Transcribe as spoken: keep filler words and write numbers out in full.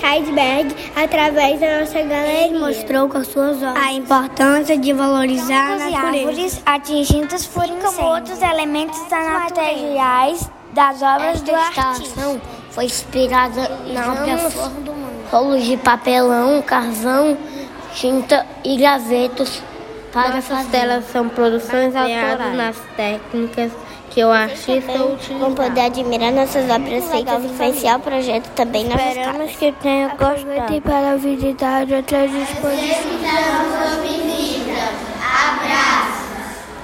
Heidelberg através da nossa galeria. Ele mostrou com suas obras a importância de valorizar a natureza. Árvores atingidas por como outros elementos materiais das obras do artista. Esta instalação foi inspirada na obra Flor do Mundo. Rolos de papelão, carvão, tinta e gravetos para Nossas fazer. telas são produções autorais nas técnicas que o artista utilizou. Vão poder admirar nossas obras feitas e influenciar o projeto também nas casas. Esperamos que tenha gostado. Para visitar outras exposições. Abraço!